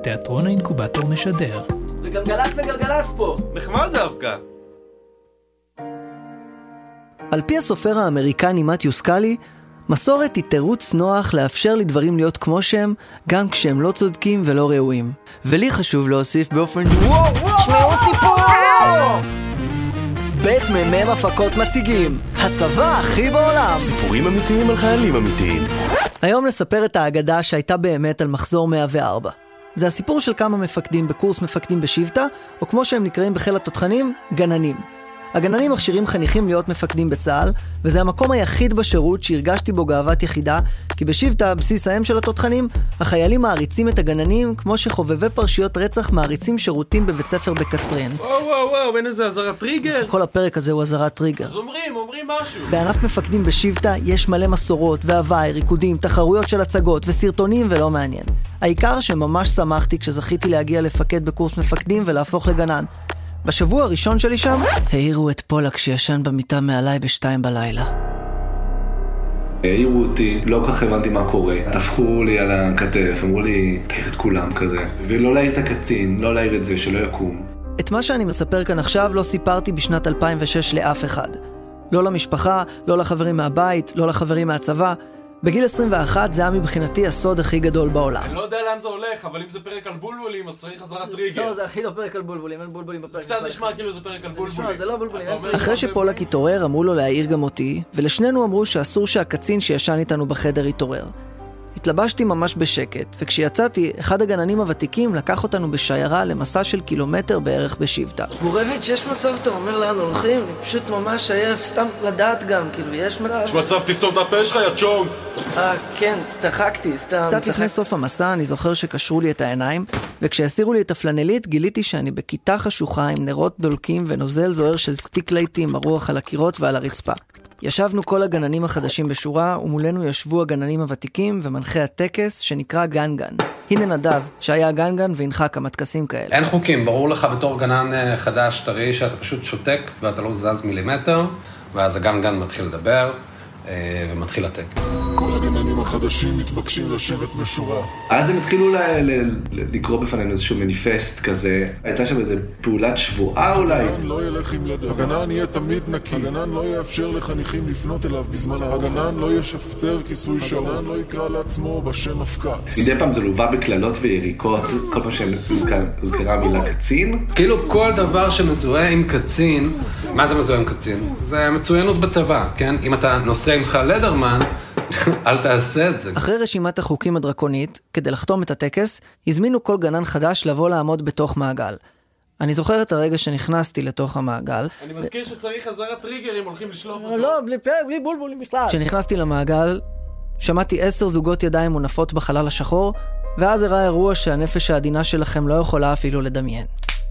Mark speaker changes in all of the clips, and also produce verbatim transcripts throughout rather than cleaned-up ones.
Speaker 1: תיאטרון האינקובטור משדר.
Speaker 2: וגלגלץ וגלגלץ פה.
Speaker 3: נחמד דווקא.
Speaker 2: על פי הסופר האמריקני מתיו סקאלי, מסורת היא תירוץ נוח לאפשר לדברים להיות כמו שהם, גם כשהם לא צודקים ולא ראויים. ולי חשוב להוסיף באופן... וואו, וואו, שמעו סיפור! בית ממם הפקות מציגים, הצבא הכי בעולם.
Speaker 3: סיפורים אמיתיים על חיילים אמיתיים.
Speaker 2: היום נספר את האגדה שהייתה באמת על מחזור מאה וארבע. זה הסיפור של כמה מפקדים בקורס מפקדים בשבטה, או כמו שהם נקראים בחיל התותחנים, גננים. הגננים מכשירים חניכים להיות מפקדים בצה"ל, וזה המקום היחיד בשירות שהרגשתי בו גאוות יחידה, כי בשבטה, בסיס האם של התותחנים, החיילים מעריצים את הגננים, כמו שחובבי פרשיות רצח מעריצים שירותים בבית ספר בקצרין.
Speaker 3: וואו וואו וואו, אין איזה עזרת טריגר?
Speaker 2: כל הפרק הזה הוא עזרת טריגר.
Speaker 3: אז אומרים, אומרים משהו.
Speaker 2: בענף מפקדים בשבטה יש מלא מסורות והוואי, ריקודים, תחרויות של הצגות וסרטונים ולא מעניין. העיקר שממש שמחתי כשזכיתי להגיע לפקד בקורס מפקדים ולהפוך לגנן. בשבוע הראשון שלי שם, העירו את פולק שישן במיטה מעליי בשתיים בלילה.
Speaker 4: העירו אותי, לא כך הבנתי מה קורה. טפחו לי על הכתף, אמרו לי, תעיר את כולם כזה. ולא להעיר את הקצין, לא להעיר את זה, שלא יקום.
Speaker 2: את מה שאני מספר כאן עכשיו לא סיפרתי בשנת אלפיים ושש לאף אחד. לא למשפחה, לא לחברים מהבית, לא לחברים מהצבא. בגיל עשרים ואחת זה היה מבחינתי הסוד הכי גדול בעולם.
Speaker 3: אני לא יודע לאן זה הולך, אבל אם זה פרק על בולבולים, אז צריך עזרת טריגר.
Speaker 2: לא, זה הכי לא פרק על בולבולים, אין בולבולים בפרק.
Speaker 3: קצת נשמע כאילו זה פרק על בולבולים.
Speaker 2: זה לא בולבולים. אחרי שפולק התעורר, אמרו לו להעיר גם אותי, ולשנינו אמרו שאסור שהקצין שישן איתנו בחדר יתעורר. התלבשתי ממש בשקט, וכשיצאתי, אחד הגננים הוותיקים לקח אותנו בשיירה למסע של קילומטר בערך בשבטה. גורביץ', יש מצב, אתה אומר לאן הולכים? אני פשוט ממש עייף, סתם לדעת גם, כאילו, יש מצב...
Speaker 3: יש מצב, תסתום את הפה שלך, יא צ'ונג!
Speaker 2: אה, כן, צחקתי, סתם... קצת לפני סוף המסע, אני זוכר שקשרו לי את העיניים, וכשהסירו לי את הפלנלית, גיליתי שאני בכיתה חשוכה עם נרות דולקים ונוזל זוהר של סטיק לייטים מרוח על הקירות ועל הרצפה. ישבנו כל הגננים החדשים בשורה, ומולנו ישבו הגננים הוותיקים ומנחה הטקס שנקרא גנגן. הנה נדב, שהיה גנגן והנחה כמה טקסים כאלה.
Speaker 5: אין חוקים, ברור לך בתור גנן חדש טרי שאתה פשוט שותק ואתה לא זז מילימטר, ואז הגנגן מתחיל לדבר ומתחיל הטקס.
Speaker 6: כל הגננים החדשים מתבקשים לשבת בשורה.
Speaker 4: אז הם התחילו ל- ל- ל- לקרוא בפנינו איזשהו מניפסט כזה. הייתה שם איזו פעולת שבועה אולי.
Speaker 6: הגנן לא ילך עם ידו. הגנן יהיה תמיד נקי. הגנן לא יאפשר לחניכים לפנות אליו בזמן האוכל. הגנן לא ישפצר כיסוי שעון. הגנן לא יקרא לעצמו בשם הפקה.
Speaker 4: מדי פעם זה לובה בקללות ויריקות, כל פעם שהוזכרה המילה קצין.
Speaker 5: כאילו כל דבר שמזוהה עם קצין, מה זה מזוהה עם קצין? זה מצוינות בצבא, כן? אם אתה נוסע עמך לדרמן, אל תעשה את זה.
Speaker 2: אחרי רשימת החוקים הדרקונית, כדי לחתום את הטקס, הזמינו כל גנן חדש לבוא לעמוד בתוך מעגל. אני זוכר את הרגע שנכנסתי לתוך המעגל.
Speaker 3: אני מזכיר שצריך עזרת טריגר אם הולכים לשלוף אותו.
Speaker 2: לא, בלי פרק, בלי בולבולים בכלל. כשנכנסתי למעגל, שמעתי עשר זוגות ידיים מונפות בחלל השחור, ואז הראה אירוע שהנפש העדינה שלכם לא יכולה אפילו לדמיין.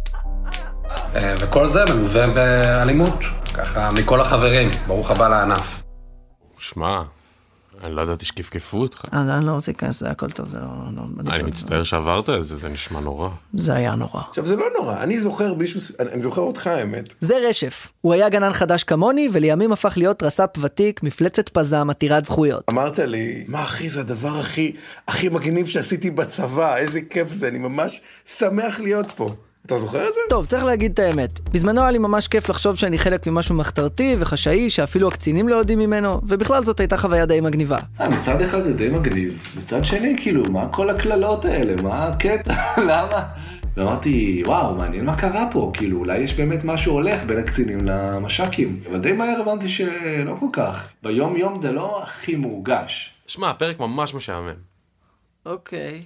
Speaker 5: וכל זה מלווה באלימות, ככה מכל החברים. ברוך הבא לענף.
Speaker 7: שמע, אני לא ידעתי שכפכפו אותך.
Speaker 2: אה, אני לא רוצה להיכנס, זה הכל טוב, זה לא...
Speaker 7: אני מצטער שעברת את זה, זה נשמע נורא.
Speaker 2: זה היה נורא.
Speaker 8: עכשיו, זה לא נורא, אני זוכר מישהו, אני זוכר אותך, האמת.
Speaker 2: זה רשף. הוא היה גנן חדש כמוני, ולימים הפך להיות רס"פ ותיק, מפלצת פזם, עתירת זכויות.
Speaker 8: אמרת לי, מה אחי, זה הדבר הכי, הכי מגניב שעשיתי בצבא, איזה כיף זה, אני ממש שמח להיות פה. אתה זוכר את זה?
Speaker 2: טוב, צריך להגיד את האמת. בזמנו היה לי ממש כיף לחשוב שאני חלק ממשהו מחתרתי וחשאי, שאפילו הקצינים לא יודעים ממנו, ובכלל זאת הייתה חוויה די מגניבה.
Speaker 4: אה, מצד אחד זה די מגניב. מצד שני, כאילו, מה כל הכללות האלה? מה הקטע? למה? ואמרתי, וואו, מעניין מה קרה פה. כאילו, אולי יש באמת משהו הולך בין הקצינים למש"קים. אבל די מהר הבנתי שלא כל כך. ביום יום זה לא הכי מורגש.
Speaker 7: שמע, הפרק ממש משעמם.
Speaker 2: אוקיי.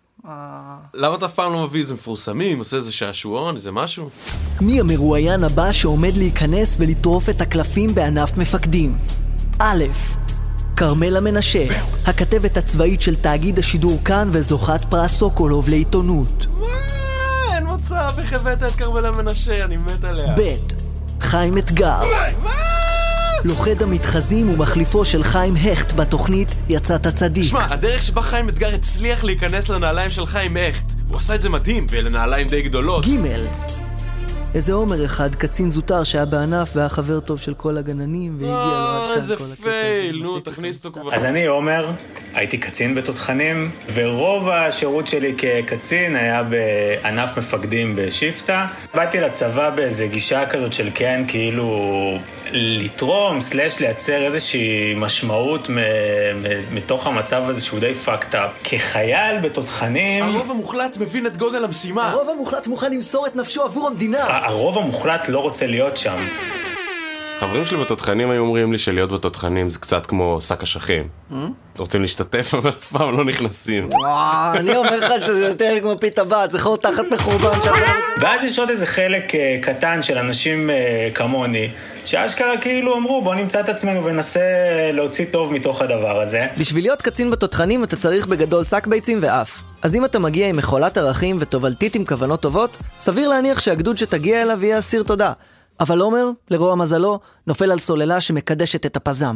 Speaker 7: למה אתה אף פעם לא מביא איזה מפורסמים, עושה איזה שעשועון, איזה משהו?
Speaker 2: מי המרואיין הבא שעומד להיכנס ולטרוף את הקלפים בענף מפקדים? א', קרמלה מנשה, הכתבת הצבאית של תאגיד השידור כאן וזוכת פרס סוקולוב לעיתונות.
Speaker 3: מה? אין מצב, איך הבאת את קרמלה מנשה, אני מת עליה.
Speaker 2: ב', חיים אתגר,
Speaker 3: מה?
Speaker 2: לוחד המתחזים ומחליפו של חיים הכט בתוכנית יצאת צדיק.
Speaker 3: שמע, הדרך שבה חיים אתגר הצליח להיכנס לנעליים של חיים הכט, הוא עשה את זה מדהים, ולנעליים די גדולות.
Speaker 2: ג', איזה עומר אחד, קצין זוטר שהיה בענף והיה חבר טוב של כל הגננים, והגיע לו עד כאן
Speaker 7: איזה
Speaker 2: כל הקטע.
Speaker 7: פייל, נו, תכניס אותו כבר.
Speaker 9: אז אני עומר, הייתי קצין בתותחנים, ורוב השירות שלי כקצין היה בענף מפקדים בשיפטה. באתי לצבא באיזה גישה כזאת של כן, כאילו לתרום, סלש לייצר איזושהי משמעות מ- מ- מתוך המצב הזה שהוא די fucked up. כחייל בתותחנים...
Speaker 3: הרוב המוחלט מבין את גודל המשימה.
Speaker 2: הרוב המוחלט מוכן למסור את נפשו עבור המדינה.
Speaker 9: הרוב המוחלט לא רוצה להיות שם.
Speaker 7: חברים שלי בתותחנים היו אומרים לי שלהיות בתותחנים זה קצת כמו שק אשכים. רוצים להשתתף אבל אף פעם לא נכנסים.
Speaker 2: אני אומר לך שזה יותר כמו פיתה בת, זה חור תחת מחורבן.
Speaker 9: ואז יש עוד איזה חלק קטן של אנשים כמוני, שאשכרה כאילו אמרו בוא נמצא את עצמנו וננסה להוציא טוב מתוך הדבר הזה.
Speaker 2: בשביל להיות קצין בתותחנים אתה צריך בגדול שק ביצים ואף. אז אם אתה מגיע עם מכולת ערכים ותובלתית עם כוונות טובות, סביר להניח שהגדוד שתגיע אליו יהיה אסיר תודה. אבל עומר, לרוע מזלו, נופל על סוללה שמקדשת את הפזם.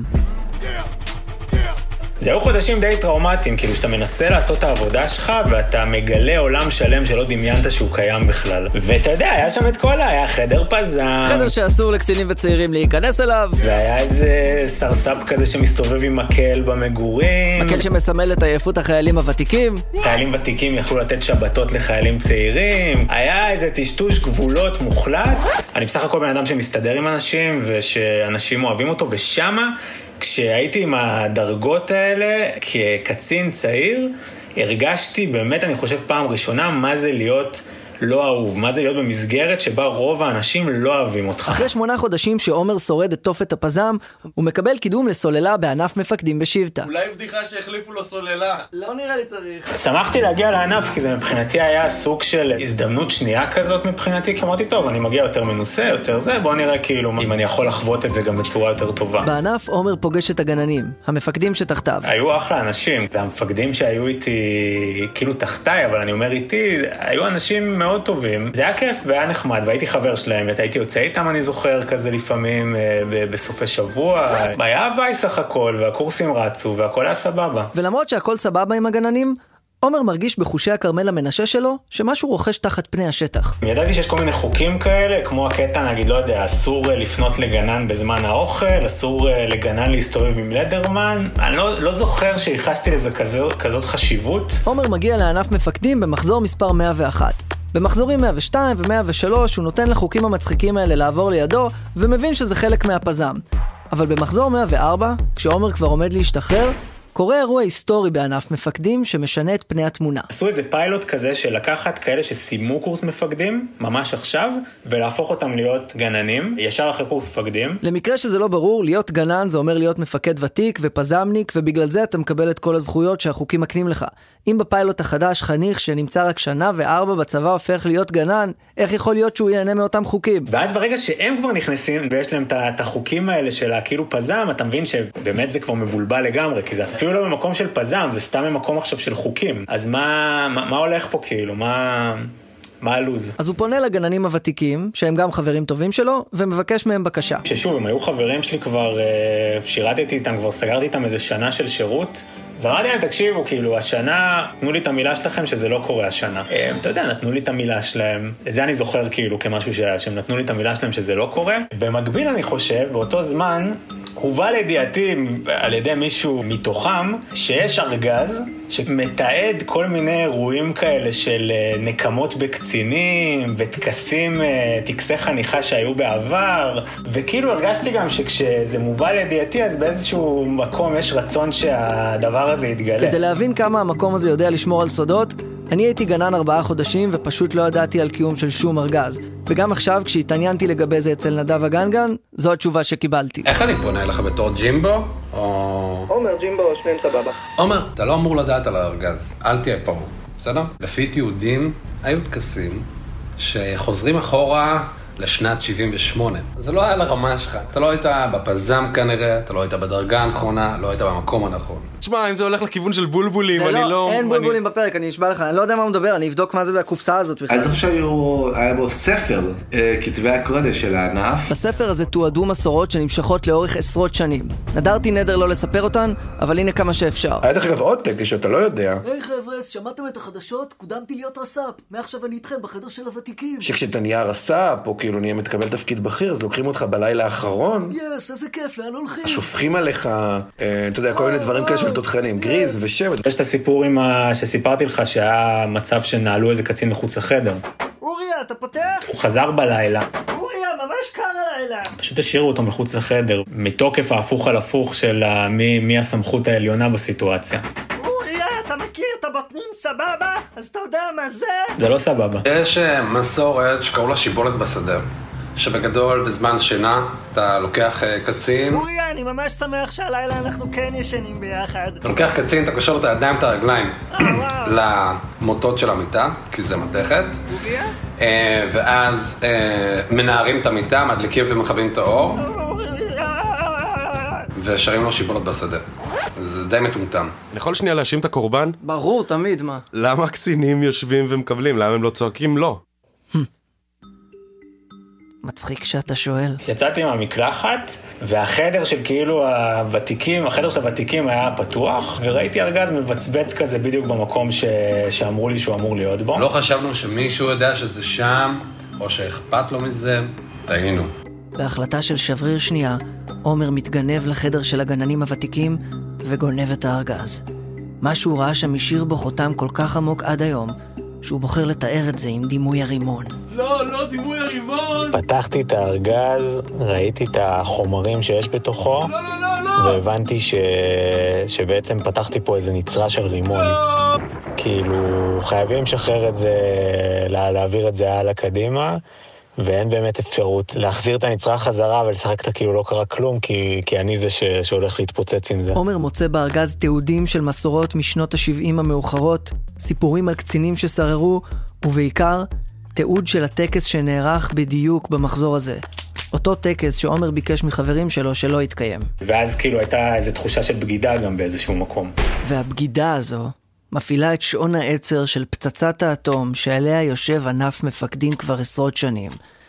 Speaker 9: זה היו חודשים די טראומטיים, כאילו שאתה מנסה לעשות את העבודה שלך, ואתה מגלה עולם שלם שלא דמיינת שהוא קיים בכלל. ואתה יודע, היה שם את כל, היה חדר פזם.
Speaker 2: חדר שאסור לקצינים וצעירים להיכנס אליו.
Speaker 9: והיה איזה סרסאפ כזה שמסתובב עם מקל במגורים.
Speaker 2: מקל שמסמל את עייפות החיילים הוותיקים.
Speaker 9: חיילים ותיקים יכלו לתת שבתות לחיילים צעירים. היה איזה טשטוש גבולות מוחלט. אני בסך הכל בן אדם שמסתדר עם אנשים, ושאנשים אוהבים אותו, ושמה כשהייתי עם הדרגות האלה, כקצין צעיר, הרגשתי באמת, אני חושב פעם ראשונה, מה זה להיות לא אהוב, מה זה להיות במסגרת שבה רוב האנשים לא אוהבים אותך.
Speaker 2: אחרי שמונה חודשים שעומר שורד את תופת הפזם, הוא מקבל קידום לסוללה בענף מפקדים בשיבטה.
Speaker 7: אולי בדיחה שהחליפו לו סוללה.
Speaker 2: לא נראה לי צריך.
Speaker 9: שמחתי להגיע לענף, כי זה מבחינתי היה סוג של הזדמנות שנייה כזאת מבחינתי, כי אמרתי, טוב, אני מגיע יותר מנוסה, יותר זה, בוא נראה כאילו אם אני יכול לחוות את זה גם בצורה יותר טובה.
Speaker 2: בענף עומר פוגש את הגננים, המפקדים שתחתיו.
Speaker 9: היו אחלה אנשים, והמפקדים שהיו איתי כאילו תחתיי, אבל אני אומר איתי, היו אנשים מאוד טובים. זה היה כיף והיה נחמד, והייתי חבר שלהם, והייתי יוצא איתם, אני זוכר, כזה לפעמים בסופי שבוע. היה הוואי סך הכל, והקורסים רצו, והכל היה סבבה.
Speaker 2: ולמרות שהכל סבבה עם הגננים, עומר מרגיש בחושי הכרמל המנשה שלו, שמשהו רוכש תחת פני השטח.
Speaker 9: ידעתי שיש כל מיני חוקים כאלה, כמו הקטע, נגיד, לא יודע, אסור לפנות לגנן בזמן האוכל, אסור לגנן להסתובב עם לדרמן. אני לא, לא זוכר שהייחסתי לזה כזו, כזאת חשיבות.
Speaker 2: עומר מגיע לענף מפקדים במחזור מספר מאה ואחת. במחזורים מאה ושתיים ו-מאה ושלוש הוא נותן לחוקים המצחיקים האלה לעבור לידו, ומבין שזה חלק מהפזם. אבל במחזור מאה וארבע, כשעומר כבר עומד להשתחרר, קורה אירוע היסטורי בענף מפקדים שמשנה את פני התמונה.
Speaker 9: עשו איזה פיילוט כזה של לקחת כאלה שסיימו קורס מפקדים, ממש עכשיו, ולהפוך אותם להיות גננים, ישר אחרי קורס מפקדים.
Speaker 2: למקרה שזה לא ברור, להיות גנן זה אומר להיות מפקד ותיק ופזמניק, ובגלל זה אתה מקבל את כל הזכויות שהחוקים מקנים לך. אם בפיילוט החדש חניך שנמצא רק שנה וארבע בצבא הופך להיות גנן, איך יכול להיות שהוא ייהנה מאותם חוקים?
Speaker 9: ואז ברגע שהם כבר נכנסים ויש להם את החוקים האלה של כאילו פזם, אתה מבין שבאמת זה כבר מבולבל לגמרי, כי זה אפילו לא במקום של פזם, זה סתם במקום עכשיו של חוקים. אז מה, מה, מה הולך פה כאילו? מה, מה הלוז?
Speaker 2: אז הוא פונה לגננים הוותיקים, שהם גם חברים טובים שלו, ומבקש מהם בקשה.
Speaker 9: ששוב, הם היו חברים שלי כבר, שירתתי איתם, כבר סגרתי איתם איזה שנה של שירות, ואמרתי להם, תקשיבו, כאילו, השנה, תנו לי את המילה שלכם שזה לא קורה השנה. הם, אתה יודע, נתנו לי את המילה שלהם. זה אני זוכר כאילו כמשהו שהיה, שהם נתנו לי את המילה שלהם שזה לא קורה. במקביל, אני חושב, באותו זמן, הובא לידיעתי על ידי מישהו מתוכם, שיש ארגז שמתעד כל מיני אירועים כאלה של נקמות בקצינים, ותקסים, תקסי חניכה שהיו בעבר, וכאילו הרגשתי גם שכשזה מובא לידיעתי, אז באיזשהו מקום יש רצון שהדבר הזה יתגלה.
Speaker 2: כדי להבין כמה המקום הזה יודע לשמור על סודות, אני הייתי גנן ארבעה חודשים ופשוט לא ידעתי על קיום של שום ארגז. וגם עכשיו, כשהתעניינתי לגבי זה אצל נדב הגנגן, זו התשובה שקיבלתי.
Speaker 5: איך אני פונה אליך בתור ג'ימבו? או...
Speaker 3: עומר, ג'ימבו, שניהם סבבה.
Speaker 5: עומר, אתה לא אמור לדעת על הארגז. אל תהיה פרו, בסדר? לפי תיעודים, היו תקסים שחוזרים אחורה לשנת שבעים ושמונה. זה לא היה לרמה שלך. אתה לא היית בפזם כנראה, אתה לא היית בדרגה הנכונה, לא היית במקום הנכון.
Speaker 7: תשמע, אם זה הולך לכיוון של בולבולים, אני לא...
Speaker 2: לא, אין בולבולים בפרק, אני אשבע לך, אני לא יודע מה הוא מדבר, אני אבדוק מה זה בקופסה הזאת בכלל.
Speaker 4: אני חושב שהיה בו ספר, כתבי הקודש של הענף.
Speaker 2: בספר הזה תועדו מסורות שנמשכות לאורך עשרות שנים. נדרתי נדר לא לספר אותן, אבל הנה כמה שאפשר.
Speaker 8: היה דרך אגב עוד טקס שאתה לא יודע.
Speaker 2: היי חבר'ה, שמעתם את החדשות? קודמתי להיות רס"פ. מעכשיו אני איתכם בחדר של הוותיקים.
Speaker 8: שכשאתה נהיה רס"פ, או כאילו נהיה מתקבל תפקיד בכיר, אז לוקחים אותך בלילה האחרון.
Speaker 2: יס, איזה כיף, לאן הולכים?
Speaker 8: שופכים עליך, אה, אתה יודע, כל מיני דברים כאלה של תותחנים, גריז ושבט.
Speaker 9: יש את הסיפור עם ה... שסיפרתי לך שהיה מצב שנעלו איזה קצין מחוץ לחדר.
Speaker 2: אוריה, אתה פותח?
Speaker 9: הוא חזר בלילה.
Speaker 2: אוריה, ממש קר הלילה.
Speaker 9: פשוט השאירו אותו מחוץ לחדר, מתוקף ההפוך על הפוך של ה... מי, מי הסמכות העליונה בסיטואציה.
Speaker 2: אוריה, אתה מכיר את הבוטנים סבבה? אז אתה יודע מה זה?
Speaker 9: זה לא סבבה.
Speaker 5: יש מסורת שקראו לה שיבולת בשדה, שבגדול בזמן שינה אתה לוקח קצין.
Speaker 2: אוריה, אני ממש שמח שהלילה אנחנו כן ישנים ביחד.
Speaker 5: אתה לוקח קצין, אתה קושר לו את הידיים, את הרגליים למוטות של המיטה, כי זה מתכת.
Speaker 2: אוריה?
Speaker 5: ואז מנערים את המיטה, מדליקים ומכבים את האור, ושרים לו שיבולת בשדה. זה די מטומטם.
Speaker 7: אני יכול שנייה להאשים את הקורבן?
Speaker 2: ברור, תמיד, מה?
Speaker 7: למה הקצינים יושבים ומקבלים? למה הם לא צועקים לא?
Speaker 2: מצחיק שאתה שואל.
Speaker 9: יצאתי מהמקלחת, והחדר של כאילו הוותיקים, החדר של הוותיקים היה פתוח, וראיתי ארגז מבצבץ כזה בדיוק במקום ש... שאמרו לי שהוא אמור להיות בו.
Speaker 5: לא חשבנו שמישהו יודע שזה שם, או שאכפת לו מזה. טעינו.
Speaker 2: בהחלטה של שבריר שנייה, עומר מתגנב לחדר של הגננים הוותיקים וגונב את הארגז. מה שהוא ראה שם השאיר בו חותם כל כך עמוק עד היום, שהוא בוחר לתאר את זה עם דימוי הרימון.
Speaker 3: לא, לא, דימוי הרימון!
Speaker 9: פתחתי את הארגז, ראיתי את החומרים שיש בתוכו,
Speaker 3: לא, לא, לא, לא!
Speaker 9: והבנתי ש... שבעצם פתחתי פה איזה נצרה של רימון.
Speaker 3: לא!
Speaker 9: כאילו, חייבים לשחרר את זה, לה... להעביר את זה הלאה קדימה, ואין באמת אפשרות להחזיר את הנצרה חזרה ולשחק את כאילו לא קרה כלום, כי, כי אני זה ש... שהולך להתפוצץ עם זה.
Speaker 2: עומר מוצא בארגז תיעודים של מסורות משנות ה-שבעים המאוחרות, סיפורים על קצינים ששררו, ובעיקר תיעוד של הטקס שנערך בדיוק במחזור הזה. אותו טקס שעומר ביקש מחברים שלו שלא יתקיים.
Speaker 9: ואז כאילו הייתה איזו תחושה של בגידה גם באיזשהו מקום.
Speaker 2: והבגידה הזו מפעילה את שעון העצר של פצצת האטום שעליה יושב ענף מפקדים כבר עשרות שנים.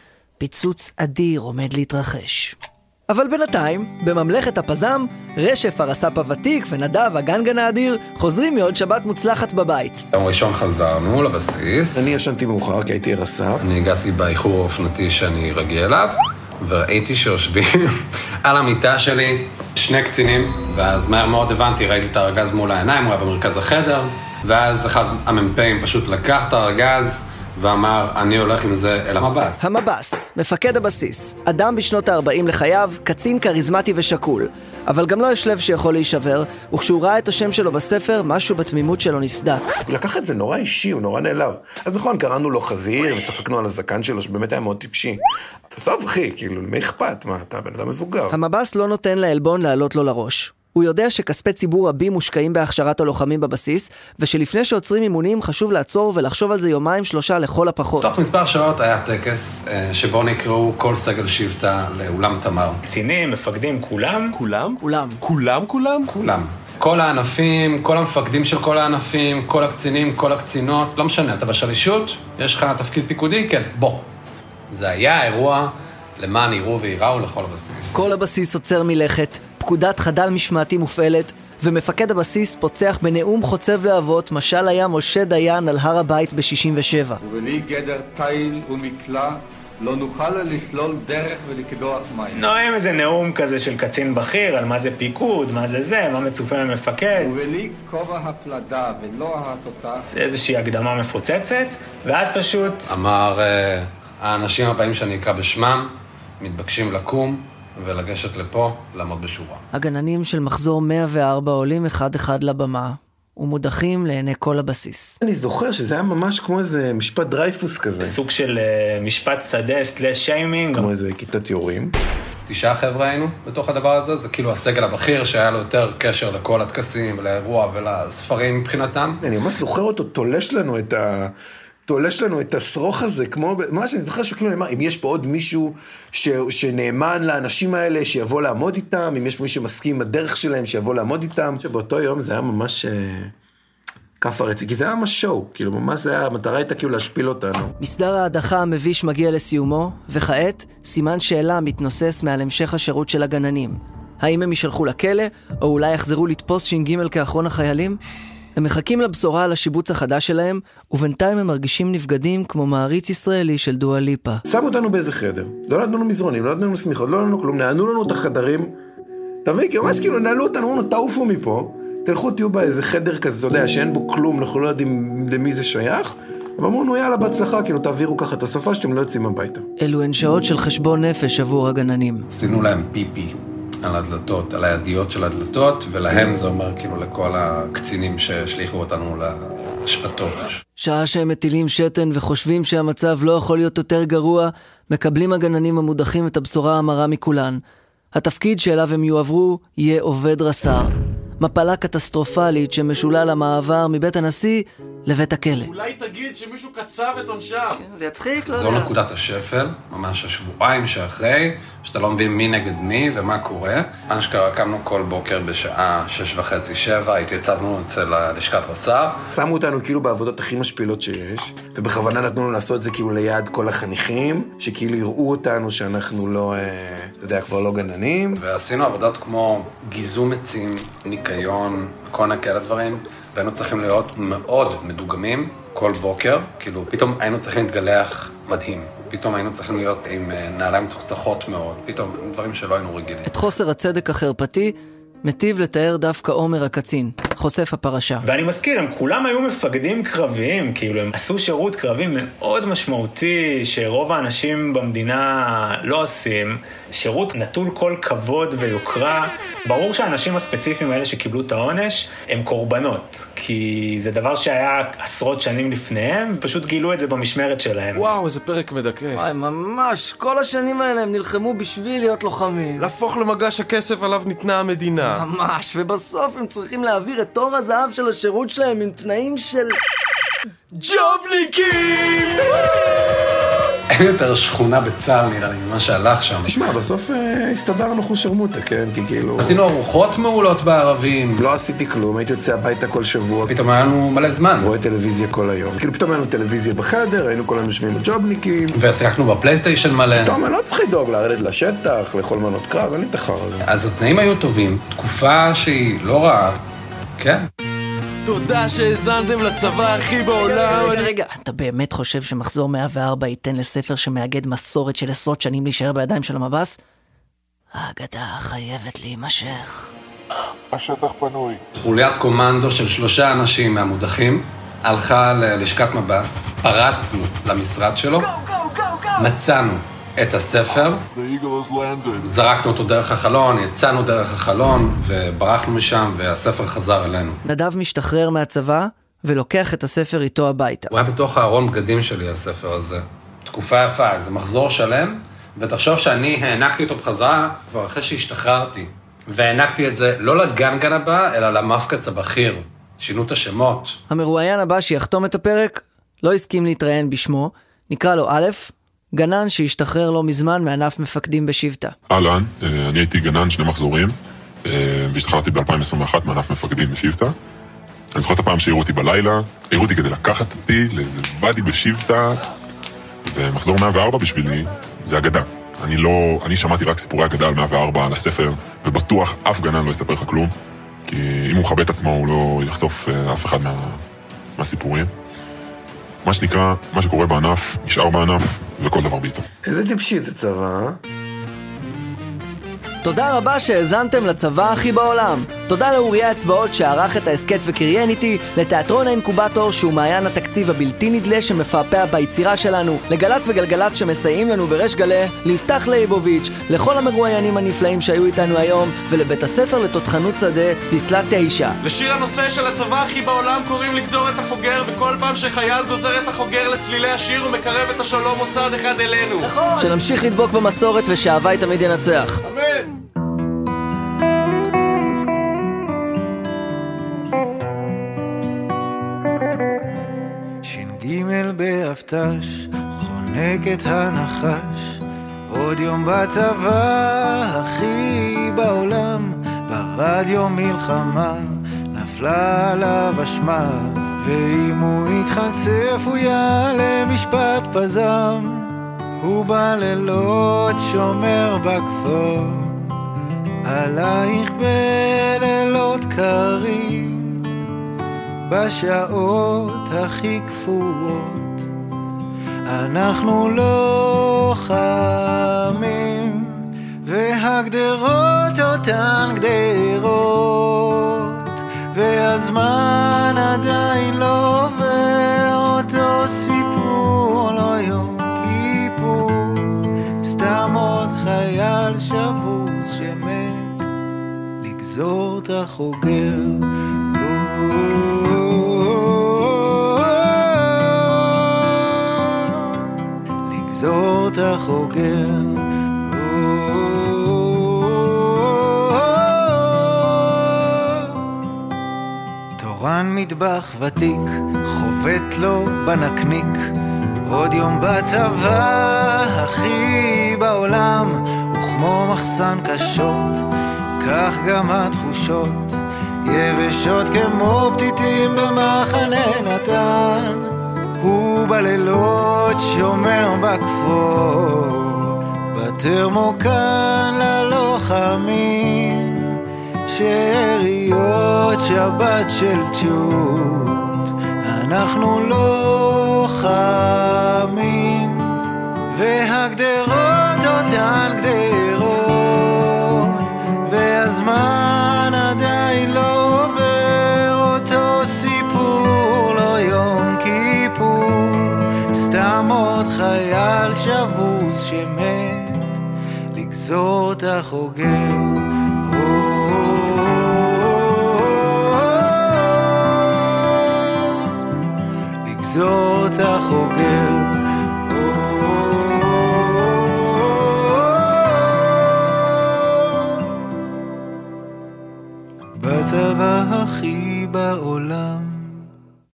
Speaker 2: פיצוץ אדיר עומד להתרחש. אבל בינתיים, בממלכת הפזם, רשף הרס"פ הוותיק ונדב הגנגן האדיר חוזרים מעוד שבת מוצלחת בבית.
Speaker 5: יום ראשון חזרנו לבסיס.
Speaker 8: אני ישנתי מאוחר כי הייתי רס"פ.
Speaker 5: אני הגעתי באיחור האופנתי שאני רגיל אליו, וראיתי שיושבים על המיטה שלי שני קצינים, ואז מהר מאוד הבנתי, ראיתי את הארגז מול העיניים, הוא היה במרכז החדר, ואז אחד המ"פים פשוט לקח את הארגז ואמר, אני הולך עם זה אל המבס.
Speaker 2: המבס, מפקד הבסיס, אדם בשנות ה-ארבעים לחייו, קצין קריזמטי ושקול, אבל גם לא יש לב שיכול להישבר, וכשהוא ראה את השם שלו בספר, משהו בתמימות שלו נסדק.
Speaker 8: הוא לקח את זה נורא אישי, הוא נורא נעלב. אז נכון, קראנו לו חזיר וצחקנו על הזקן שלו, שבאמת היה מאוד טיפשי. תעזוב אחי, כאילו, מי אכפת? מה, אתה בן אדם מבוגר.
Speaker 2: המבס לא נותן לעלבון לעלות לו לראש. הוא יודע שכספי ציבור רבים מושקעים בהכשרת הלוחמים בבסיס, ושלפני שעוצרים אימונים חשוב לעצור ולחשוב על זה יומיים שלושה לכל הפחות.
Speaker 5: תוך מספר שעות היה טקס שבו נקראו כל סגל שבטה לאולם תמר.
Speaker 9: קצינים, מפקדים, כולם?
Speaker 7: כולם?
Speaker 2: כולם.
Speaker 7: כולם כולם?
Speaker 5: כולם. כל הענפים, כל המפקדים של כל הענפים, כל הקצינים, כל הקצינות, לא משנה, אתה בשלישות, יש לך תפקיד פיקודי, כן, בוא. זה היה אירוע למען יראו ויראו לכל הבסיס.
Speaker 2: כל הבסיס עוצר מלכת, פקודת חדל משמעתי מופעלת, ומפקד הבסיס פוצח בנאום חוצב להבות, משל היה משה דיין על הר הבית ב-שישים ושבע.
Speaker 10: ובלי גדר תיל ומקלע, לא נוכל לסלול דרך ולקדוח מים.
Speaker 9: נועם איזה נאום כזה של קצין בכיר, על מה זה פיקוד, מה זה זה, מה מצופה ממפקד.
Speaker 10: ובלי כובע הפלדה ולא התוצאה.
Speaker 9: זה איזושהי הקדמה מפוצצת, ואז פשוט...
Speaker 5: אמר, האנשים הבאים שאני אקרא בשמם, מתבקשים לקום ולגשת לפה, לעמוד בשורה.
Speaker 2: הגננים של מחזור מאה וארבע עולים אחד אחד לבמה, ומודחים לעיני כל הבסיס.
Speaker 8: אני זוכר שזה היה ממש כמו איזה משפט דרייפוס כזה.
Speaker 9: סוג של uh, משפט שדה סלש שיימינג.
Speaker 8: כמו איזה כיתת יורים.
Speaker 5: תשעה חבר'ה היינו בתוך הדבר הזה, זה כאילו הסגל הבכיר שהיה לו יותר קשר לכל הטקסים, לאירוע ולספרים מבחינתם.
Speaker 8: אני ממש זוכר אותו, תולש לנו את ה... תולש לנו את הסרוך הזה, כמו, ממש אני זוכר שכאילו נאמר, אם יש פה עוד מישהו ש, שנאמן לאנשים האלה, שיבוא לעמוד איתם, אם יש מישהו שמסכים בדרך שלהם, שיבוא לעמוד איתם, שבאותו יום זה היה ממש כף הרצי, כי זה היה ממש שואו, כאילו ממש זה היה, המטרה הייתה כאילו להשפיל אותנו.
Speaker 2: מסדר ההדחה המביש מגיע לסיומו, וכעת סימן שאלה מתנוסס מעל המשך השירות של הגננים. האם הם ישלחו לכלא, או אולי יחזרו לתפוס שינג' כאחרון החיילים? הם מחכים לבשורה על השיבוץ החדש שלהם, ובינתיים הם מרגישים נבגדים כמו מעריץ ישראלי של דואה ליפה.
Speaker 8: שמו אותנו באיזה חדר, לא נתנו לנו מזרונים, לא נתנו לנו סמיכות, לא נתנו כלום, נענו לנו את החדרים, תבין, כי ממש כאילו נעלו אותנו, אמרו, תעופו מפה, תלכו תהיו באיזה חדר כזה, אתה יודע, שאין בו כלום, אנחנו לא יודעים למי זה שייך, ואמרנו, יאללה, בהצלחה, כאילו, תעבירו ככה את הסופה שאתם לא יוצאים הביתה.
Speaker 2: אלו הן שעות של חשבון נפש עבור הגננים.
Speaker 5: עשינו להם פיפי על הדלתות, על הידיות של הדלתות, ולהם זה אומר כאילו לכל הקצינים שהשליחו אותנו להשפטות.
Speaker 2: שעה שהם מטילים שתן וחושבים שהמצב לא יכול להיות יותר גרוע, מקבלים הגננים המודחים את הבשורה המרה מכולן. התפקיד שאליו הם יועברו יהיה עובד רס"ר. מפלה קטסטרופלית שמשולל המעבר מבית הנשיא לבית הכלא.
Speaker 3: אולי תגיד שמישהו קצב את עונשם.
Speaker 2: כן, זה יצחיק, לא
Speaker 5: זו
Speaker 2: יודע.
Speaker 5: נקודת השפל, ממש השבועיים שאחרי, שאתה לא מבין מי נגד מי ומה קורה. אשכרה קמנו כל בוקר בשעה שש וחצי, שבע, התייצבנו אצל לשכת רס"ר.
Speaker 8: שמו אותנו כאילו בעבודות הכי משפילות שיש, ובכוונה נתנו לנו לעשות את זה כאילו ליד כל החניכים, שכאילו יראו אותנו שאנחנו לא, אתה יודע, כבר לא גננים.
Speaker 5: ועשינו עבודות כמו גיזום עצים, ניקיון, כל כאלה דברים, והיינו צריכים להיות מאוד מדוגמים כל בוקר, כאילו פתאום היינו צריכים להתגלח מדהים, פתאום היינו צריכים להיות עם נעליים צוחצחות מאוד, פתאום דברים שלא היינו רגילים.
Speaker 2: את חוסר הצדק החרפתי מטיב לתאר דווקא עומר הקצין, חושף הפרשה.
Speaker 9: ואני מזכיר, הם כולם היו מפקדים קרביים, כאילו הם עשו שירות קרבי מאוד משמעותי, שרוב האנשים במדינה לא עושים. שירות נטול כל כבוד ויוקרה. ברור שהאנשים הספציפיים האלה שקיבלו את העונש, הם קורבנות. כי זה דבר שהיה עשרות שנים לפניהם, פשוט גילו את זה במשמרת שלהם.
Speaker 3: וואו, איזה פרק מדכא.
Speaker 2: וואי, ממש, כל השנים האלה הם נלחמו בשביל להיות לוחמים.
Speaker 3: להפוך למגש הכסף עליו ניתנה המדינה.
Speaker 2: ממש, ובסוף הם צריכים להעביר את תור הזהב של השירות שלהם עם תנאים של...
Speaker 3: ג'ובניקים!
Speaker 5: אין יותר שכונה בצה"ל נראה לי, ממה שהלך שם.
Speaker 8: תשמע, בסוף אה, הסתדרנו חושרמוטה, כן? כי כאילו...
Speaker 5: עשינו ארוחות מעולות בערבים.
Speaker 8: לא עשיתי כלום, הייתי יוצא הביתה כל שבוע.
Speaker 5: פתאום היה לנו מלא זמן.
Speaker 8: רואה טלוויזיה כל היום. כאילו פתאום היה לנו טלוויזיה בחדר, היינו כל היום יושבים בג'ובניקים.
Speaker 5: ושיחקנו בפלייסטיישן מלא.
Speaker 8: פתאום, אני לא צריך לדאוג לרדת לשטח, לאכול מנות קרב, אין לי את החר הזה.
Speaker 5: אז התנאים היו טובים, תקופה שהיא לא רעה, כן.
Speaker 3: תודה שהזנתם לצבא הכי בעולם.
Speaker 2: רגע, רגע, אתה באמת חושב שמחזור מאה וארבע ייתן לספר שמאגד מסורת של עשרות שנים להישאר בידיים של המבס? האגדה חייבת להימשך.
Speaker 6: השטח פנוי.
Speaker 5: חוליית קומנדו של שלושה אנשים מהמודחים הלכה ללשכת מבס, פרצנו למשרד שלו, מצאנו את הספר, זרקנו אותו דרך החלון, יצאנו דרך החלון וברחנו משם והספר חזר אלינו.
Speaker 2: נדב משתחרר מהצבא ולוקח את הספר איתו הביתה.
Speaker 5: הוא היה בתוך הארון בגדים שלי, הספר הזה. תקופה יפה, זה מחזור שלם, ותחשוב שאני הענקתי אותו בחזרה כבר אחרי שהשתחררתי. והענקתי את זה לא לגנגן הבא, אלא למפקץ הבכיר. שינו את השמות.
Speaker 2: המרואיין הבא שיחתום את הפרק לא הסכים להתראיין בשמו, נקרא לו א', גנן שהשתחרר לא מזמן מענף מפקדים בשבטה.
Speaker 6: אהלן, אני הייתי גנן שני מחזורים, והשתחררתי ב-אלפיים עשרים ואחת מענף מפקדים בשבטה. אני זוכר את הפעם שהעירו אותי בלילה, העירו אותי כדי לקחת אותי לאיזה ואדי בשבטה, ומחזור מאה וארבע בשבילי זה אגדה. אני לא, אני שמעתי רק סיפורי אגדה על מאה וארבע, על הספר, ובטוח אף גנן לא יספר לך כלום, כי אם הוא מכבד את עצמו הוא לא יחשוף אף אחד מה, מהסיפורים. מה שנקרא, מה שקורה בענף, נשאר בענף, וכל דבר ביתו.
Speaker 8: איזה טיפשי זה צבא, אה?
Speaker 2: תודה רבה שהזנתם לצבא הכי בעולם. תודה לאוריה אצבעות שערך את העסקת וקריין איתי, לתיאטרון האינקובטור שהוא מעיין התקציב הבלתי נדלה שמפעפע ביצירה שלנו, לגלץ וגלגלץ שמסייעים לנו ברש גלה, ליפתח ליבוביץ', לכל המרואיינים הנפלאים שהיו איתנו היום, ולבית הספר לתותחנות שדה בסלה תשע.
Speaker 3: לשיר הנושא של הצבא הכי בעולם קוראים לגזור את החוגר, וכל פעם שחייל גוזר את החוגר לצלילי השיר הוא מקרב את השלום עוד צעד אחד אלינו.
Speaker 2: נכון. שנמשיך לדבוק במסורת ושהווי תמיד ינצח.
Speaker 3: אמן.
Speaker 11: ש"ג באבטש חונק את הנחש, עוד יום בצבא הכי בעולם, ברדיו מלחמה נפלה עליו אשמה, ואם הוא יתחצף הוא יעלה משפט פזם. הוא בלילות שומר בכפור עלייך בלילות קרים, בשעות הכי קפואות אנחנו לוחמים, והגדרות אותן גדרות, והזמן עדיין לא עובר, אותו סיפור לא יום כיפור, סתם עוד חייל שבוס שמת לגזור את החוגר. לגזור את החוגר. תורן מטבח ותיק חובט לו בנקניק, עוד יום בצבא הכי בעולם, וכמו מחסן קשות כך גם התחושות יבשות כמו פתיתים במחנה נתן. הוא בלילות שומר בכפור, בטרמוקן ללוחמים, שאריות שבת של תשות אנחנו לוחמים, והגדרות אותן גדרות, והזמן עדיין לא עובר, אותו סיפור לא יום כיפור, סתם עוד חייל שבוס שמת לגזור את החוגר. לגזור את החוגר.